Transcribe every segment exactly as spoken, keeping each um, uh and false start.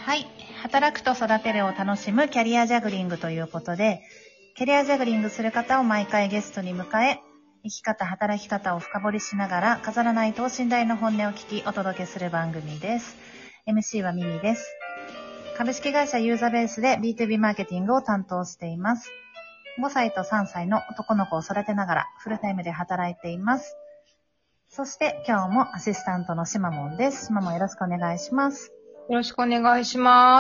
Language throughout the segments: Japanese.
はい。働くと育てるを楽しむキャリアジャグリングということで、キャリアジャグリングする方を毎回ゲストに迎え、生き方、働き方を深掘りしながら、飾らない等身大の本音を聞き、お届けする番組です。エムシー はミミです。株式会社ユーザベースで ビーツービー マーケティングを担当しています。ごさいとさんさいの男の子を育てながら、フルタイムで働いています。そして今日もアシスタントのしまもんです。しまもんよろしくお願いします。 よろしくお願いします。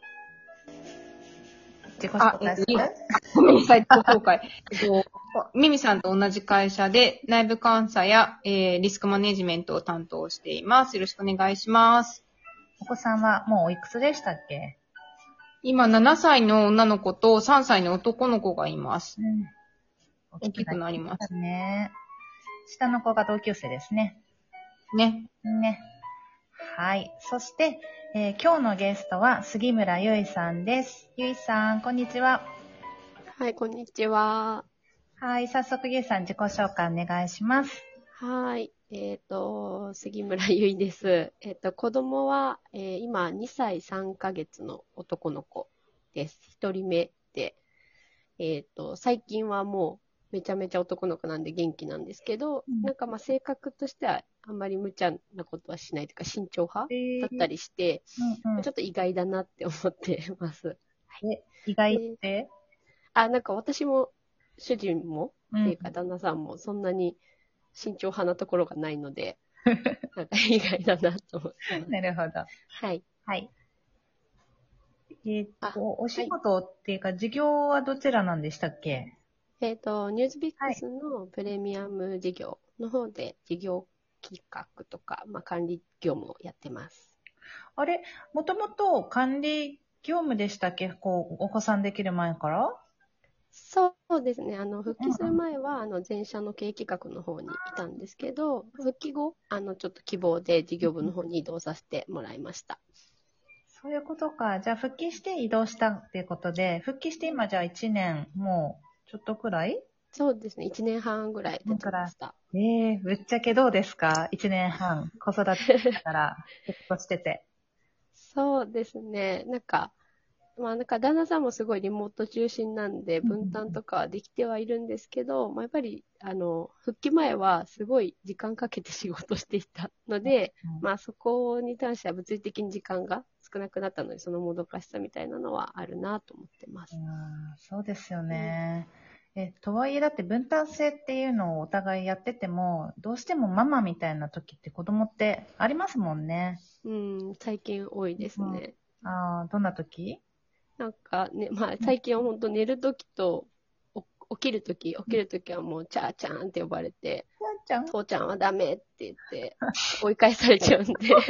自己紹介する？ ごめんなさい、自己紹介。えっと、ミミさんと同じ会社で内部監査や、えー、リスクマネジメントを担当しています。よろしくお願いします。 お子さんはもうおいくつでしたっけ？ 今ななさいの女の子とさんさいの男の子がいます。うん、 大きくなります。 ね。下の子が同級生ですね。 ね。 ね。はい。そして、えー、今日のゲストは杉村ゆいさんです。ゆいさん、こんにちは。 はい、こんにちは。 はい、早速ゆいさん自己紹介お願いします。 はい、えっ、ー、と、杉村ゆいです。えっ、ー、と、子供は、えー、今にさいさんかげつの男の子です。一人目で、えっ、ー、と、最近はもうめちゃめちゃ男の子なんで元気なんですけど、うん、なんかまあ性格としてはあんまり無茶なことはしないというか慎重派だったりして、えーうんうん、ちょっと意外だなって思ってます。 はい、え、意外って、 あ、なんか私も主人も、うん、っていうか旦那さんもそんなに慎重派なところがないので、なんか意外だなと思ってます。 なるほど。 はい。 はい。えー、っと、お仕事っていうか、事業はどちらなんでしたっけ？ えっ、ー、と、ニュースビックスのプレミアム事業の方で事業企画とか、まあ、管理業務をやってます。 あれ、もともと管理業務でしたっけ？こう、お子さんできる前から？ そうですね。あの、復帰する前は、あの、前社の経営企画の方にいたんですけど、復帰後、あの、ちょっと希望で事業部の方に移動させてもらいました。 そういうことか。じゃあ、復帰して移動したっていうことで、復帰して今じゃあいちねん、もう、ちょっとくらい？ そうですね。いちねんはんぐらい経ちました。 ええー、ぶっちゃけどうですか？ いち 年半、子育てからずっとしてて。 そうですね。なんか、まあなんか旦那さんもすごいリモート中心なんで分担とかはできてはいるんですけど、まあやっぱりあの復帰前はすごい時間かけて仕事していたので、まあそこに関しては物理的に時間が少なくなったので、そのもどかしさみたいなのはあるなと思ってます。 うん、そうですよね。うん、え、とはいえだって分担制っていうのをお互いやってても、どうしてもママみたいな時って子供ってありますもんね。 うん、最近多いですね。 うん、ああ、どんな時？ なんかね、まあ最近は本当寝る時と起きる時、起きる時はもうチャーちゃんって呼ばれて、 ちゃん父ちゃんはダメって言って追い返されちゃうんで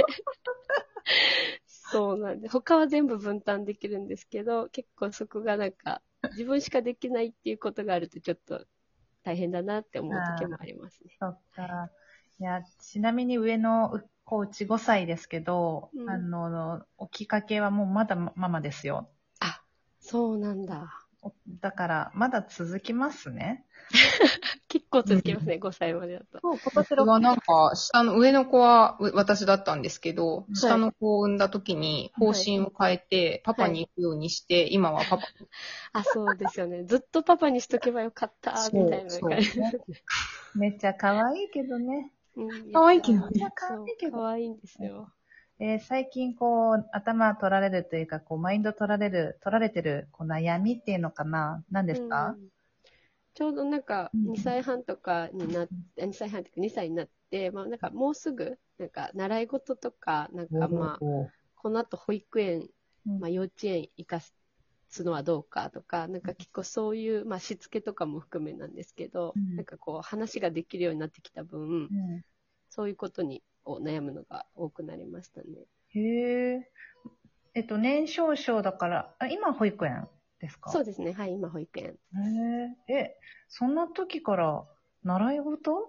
そうなんで、他は全部分担できるんですけど、結構そこがなんか自分しかできないっていうことがあるとちょっと大変だなって思う時もありますね。 そっか。いや、ちなみに上の子うちごさいですけど、うん、あの、起きかけはもうまだママですよ。 あ、そうなんだ。 だから、まだ続きますね。 結構続きますね、うん、ごさいまでだと。 そう、今年はなんか、下の、上の子は私だったんですけど、はい、下の子を産んだ時に方針を変えて、はい、パパに行くようにして、はい、今はパパに。 あ、そうですよね。ずっとパパにしとけばよかった、みたいな感じ。 めっちゃ可愛いけどね。 うん、 可愛いけどね。 可愛いけど。可愛いんですよ。 えー、最近こう、頭取られるというか、こう、マインド取られる、取られてる、こう、悩みっていうのかな？何ですか？うん、 ちょうどなんか、にさいはんとかになって、にさいはんとかにさいになって、まあなんかもうすぐ、なんか習い事とか、なんかまあ、この後保育園、まあ幼稚園行かすのはどうかとか、なんか結構そういう、まあしつけとかも含めなんですけど、なんかこう話ができるようになってきた分、そういうことにを悩むのが多くなりましたね。 へえ。えっと、年少症だから、あ、今保育園ですか？ そうですね。はい、今保育園。 へえ。え、そんな時から習い事？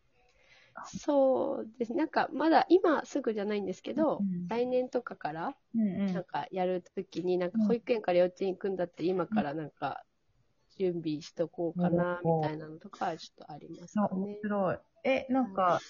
そうですね。なんかまだ今すぐじゃないんですけど、うん、来年とかから、なんかやるときに、なんか保育園から幼稚園行くんだって今からなんか準備しとこうかな、みたいなのとかはちょっとありますね。 面白い。え、なんか、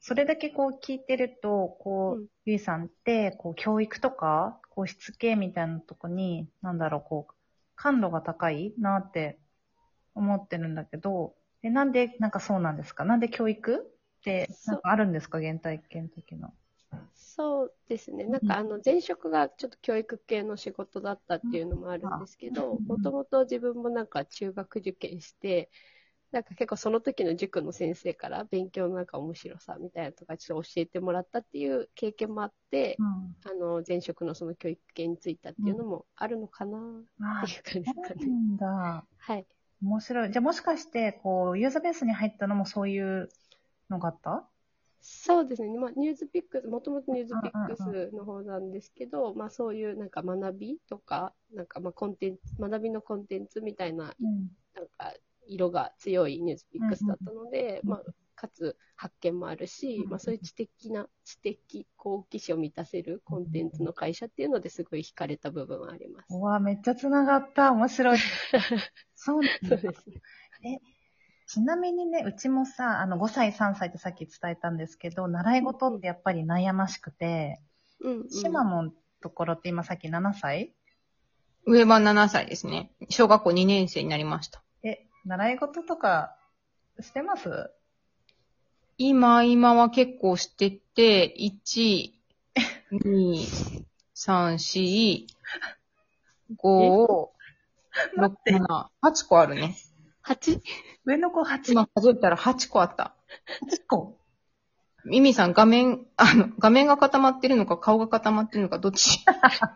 それだけこう聞いてると、こう、 うんゆいさんって、こう、教育とか、こう、しつけみたいなとこに、なんだろう、こう、感度が高いなって思ってるんだけど、え、なんで、なんかそうなんですか？なんで教育って、なんかあるんですか？原体験的な。 そうですね。なんかあの前職がちょっと教育系の仕事だったっていうのもあるんですけど、もともと自分もなんか中学受験して、なんか結構その時の塾の先生から勉強のなんか面白さみたいなとかちょっと教えてもらったっていう経験もあって、 うん。 あの前職のその教育系に就いたっていうのもあるのかなっていう感じですかそうね。 なんだ。 はい。 面白い。じゃあもしかして、こう、ユーザーベースに入ったのもそういうのがあった？ そうですね。まあ、ニュースピックス、もともとニュースピックうんうんスの方なんですけど、まあそういうなんか学びとか、なんかまあコンテンツ、学びのコンテンツみたいな、 うん。 なんか色が強いニュースピックスだったので、 うんうんまあ、かつ発見もあるし、まあそういう知的な、知的好奇心を満たせるコンテンツの会社っていうのですごい惹かれた部分はあります。 うわ、めっちゃ繋がった。面白い。そうなんだ。 そうですね。 え、ちなみにね、うちもさ、あの、ごさい、さんさいってさっき伝えたんですけど、習い事ってやっぱり悩ましくて、 うんうん。 シマモンところって今さっきななさい？ 上はななさいですね。小学校にねん生になりました。 え、習い事とかしてます？ 今、今は結構してて、いち、に、さん、よん、ご、ろく、なな、はちこあるね。 はち? 上の子はち、 今数えたらはちこあった。 はちこ。 ミミさん画面、あの、画面が固まってるのか顔が固まってるのかどっち？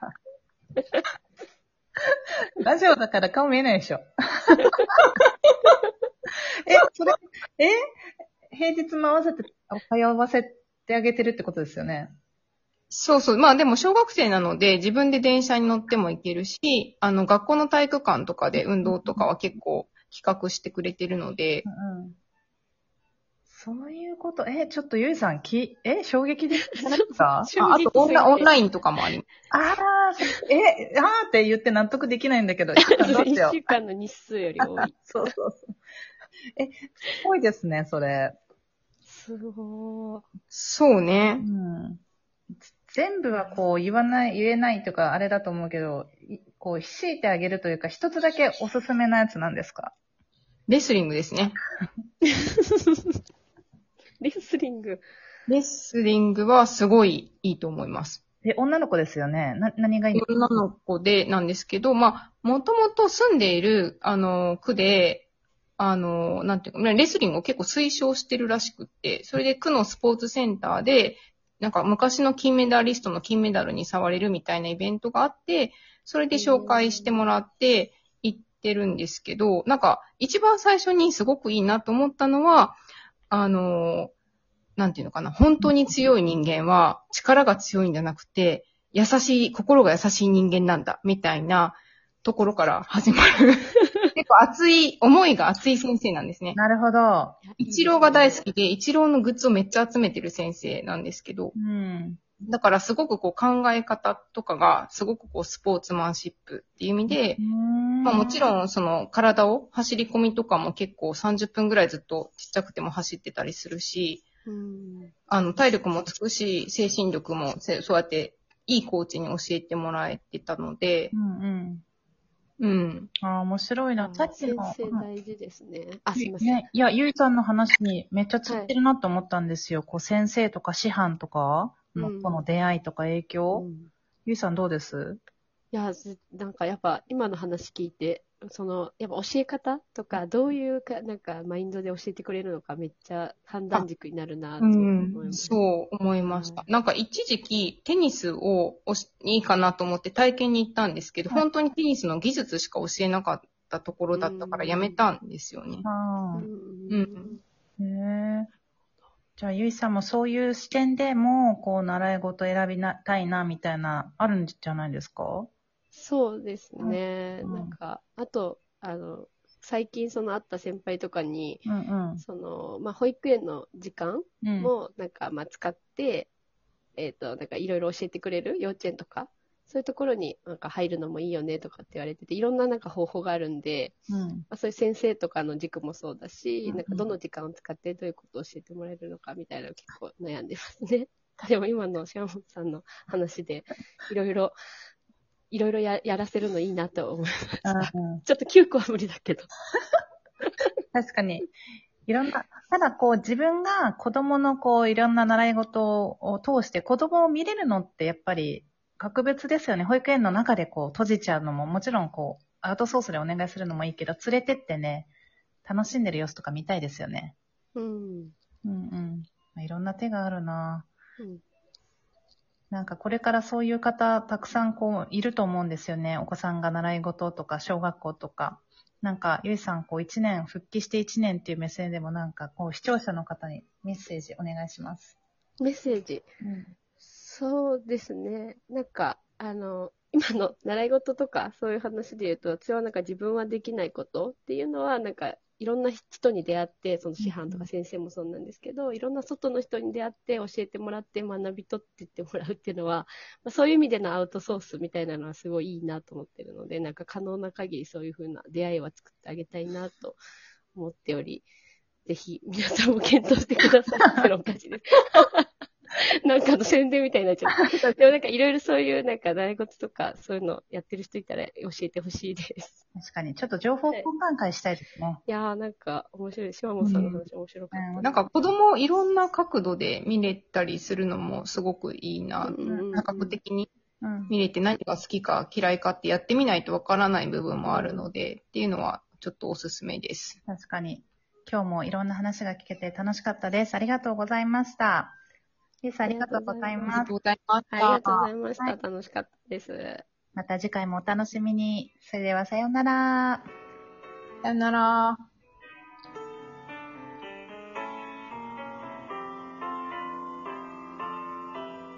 ラジオだから顔見えないでしょ。え、それ、え平日も合わせて、通わせてあげてるってことですよね。 そうそう。まあでも小学生なので自分で電車に乗っても行けるし、あの学校の体育館とかで運動とかは結構企画してくれてるので。 うんうん、そういうこと。え、ちょっとゆいさん、き、え、衝撃ですか？ あ、あとオンラオンラインとかもあります。 ああ、え、あーって言って納得できないんだけど、どうしよう。 いっしゅうかんの日数より多い。 そうそうそう。え、すごいですね、それ。 すごー。 そうね。 うん。全部はこう言わない、言えないとかあれだと思うけど、いこう強いてあげるというか、一つだけおすすめなやつなんですか？ レスリングですね。 レスリング。 レスリングはすごいいいと思います。 え、女の子ですよね。な、何がいいの？ 女の子でなんですけど、まあ、もともと住んでいる、あの、区で、あの、なんていうか、レスリングを結構推奨してるらしくって、それで区のスポーツセンターで、なんか昔の金メダリストの金メダルに触れるみたいなイベントがあって、それで紹介してもらって行ってるんですけど、なんか一番最初にすごくいいなと思ったのは、あの、なんていうのかな、本当に強い人間は力が強いんじゃなくて、優しい、心が優しい人間なんだ、みたいなところから始まる。結構熱い、思いが熱い先生なんですね。 なるほど。 イチローが大好きで、イチローのグッズをめっちゃ集めてる先生なんですけど、 うん。 だからすごくこう考え方とかが、すごくこうスポーツマンシップっていう意味で、まあもちろんその体を走り込みとかも結構さんじゅっぷんぐらいずっとちっちゃくても走ってたりするし、 うん、 あの体力もつくし、精神力もそうやっていいコーチに教えてもらえてたので、 うんうん。 うん。 ああ、面白いな。さっき先の。 生大事ですね。あ、すいません。 ね、いや、ゆいさんの話にめっちゃつってるなと思ったんですよ。はい、こう先生とか師範とかのこの出会いとか影響。うん、ゆいさんどうです？ いや、なんかやっぱ今の話聞いて、その、やっぱ教え方とか、どういうか、なんかマインドで教えてくれるのかめっちゃ判断軸になるなと思います。 うん、そう思いました。なんか一時期テニスをいいかなと思って体験に行ったんですけど、はい、本当にテニスの技術しか教えなかったところだったからやめたんですよね。 あうん。 へえ。じゃあ、ゆいさんもそういう視点でも、こう、習い事選びなたいな、みたいな、あるんじゃないですか？ そうですね。 うん、 なんか、あと、あの、最近その会った先輩とかに、 うんうん、 その、まあ、保育園の時間も、なんか、まあ、使って、うん、えっと、なんかいろいろ教えてくれる幼稚園とか、 そういうところになんか入るのもいいよねとかって言われてて、いろんななんか方法があるんで、 うん。 まあ、そういう先生とかの軸もそうだし、 うんなんかどの時間を使ってどういうことを教えてもらえるのかみたいなのを結構悩んでますね。でも今のシャモンさんの話で、いろいろ、いろいろややらせるのいいなと思いました。 うん、 ちょっときゅうこは無理だけど。 確かに。いろんな、ただこう自分が子供のこういろんな習い事を通して子供を見れるのってやっぱり格別ですよね。保育園の中でこう閉じちゃうのももちろんこうアウトソースでお願いするのもいいけど、連れてってね、楽しんでる様子とか見たいですよね。 うん。 うんうん。いろんな手があるな。 うん、 なんかこれからそういう方たくさんこういると思うんですよね。お子さんが習い事とか小学校とか。なんか、ゆいさん、こう一年、復帰して一年っていう目線でもなんか、こう視聴者の方にメッセージお願いします。 メッセージ。 うん、 そうですね。なんか、あの、今の習い事とかそういう話で言うと、私はなんか自分はできないことっていうのは、なんかいろんな人に出会って、その師範とか先生もそうなんですけど、いろんな外の人に出会って教えてもらって学び取ってってもらうっていうのは、まあ、そういう意味でのアウトソースみたいなのはすごいいいなと思ってるので、なんか可能な限りそういうふうな出会いは作ってあげたいなと思っており、ぜひ皆さんも検討してくださいってのおかしいです。なんかの宣伝みたいになっちゃった。でもなんかいろいろそういうなんか習い事とかそういうのやってる人いたら教えてほしいです。 確かに、ちょっと情報交換会したいですね。 いやーなんか面白い。島本さんの話面白かった、 うんなんか子供をいろんな角度で見れたりするのもすごくいいな。 うん多角的にうん見れて何が好きか嫌いかってやってみないとわからない部分もあるので、っていうのはちょっとおすすめです。 確かに。今日もいろんな話が聞けて楽しかったです。ありがとうございました。ゆいさん、ありがとうございあります。 がとうございました。 ありがとうございました。 はい楽しかったです。 また次回もお楽しみに。それではさようなら。 さよなら。